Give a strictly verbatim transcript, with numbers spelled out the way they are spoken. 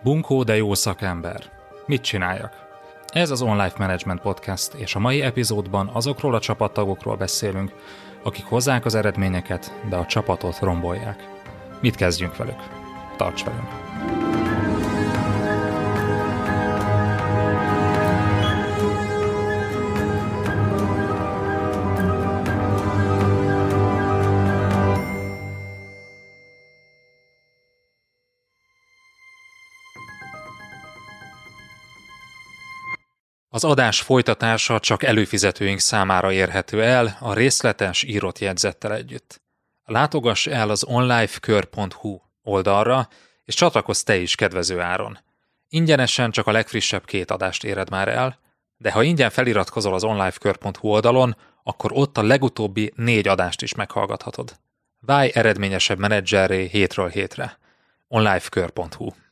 Bunkó, de jó szakember. Mit csináljak? Ez az Online Management Podcast, és a mai epizódban azokról a csapattagokról beszélünk, akik hozzák az eredményeket, de a csapatot rombolják. Mit kezdjünk velük? Tarts velünk! Az adás folytatása csak előfizetőink számára érhető el a részletes írott jegyzettel együtt. Látogass el az onlifekör pont hu oldalra, és csatlakozz te is kedvező áron. Ingyenesen csak a legfrissebb két adást éred már el, de ha ingyen feliratkozol az onlifekör pont hu oldalon, akkor ott a legutóbbi négy adást is meghallgathatod. Válj eredményesebb menedzserré hétről hétre. onlifekör pont hu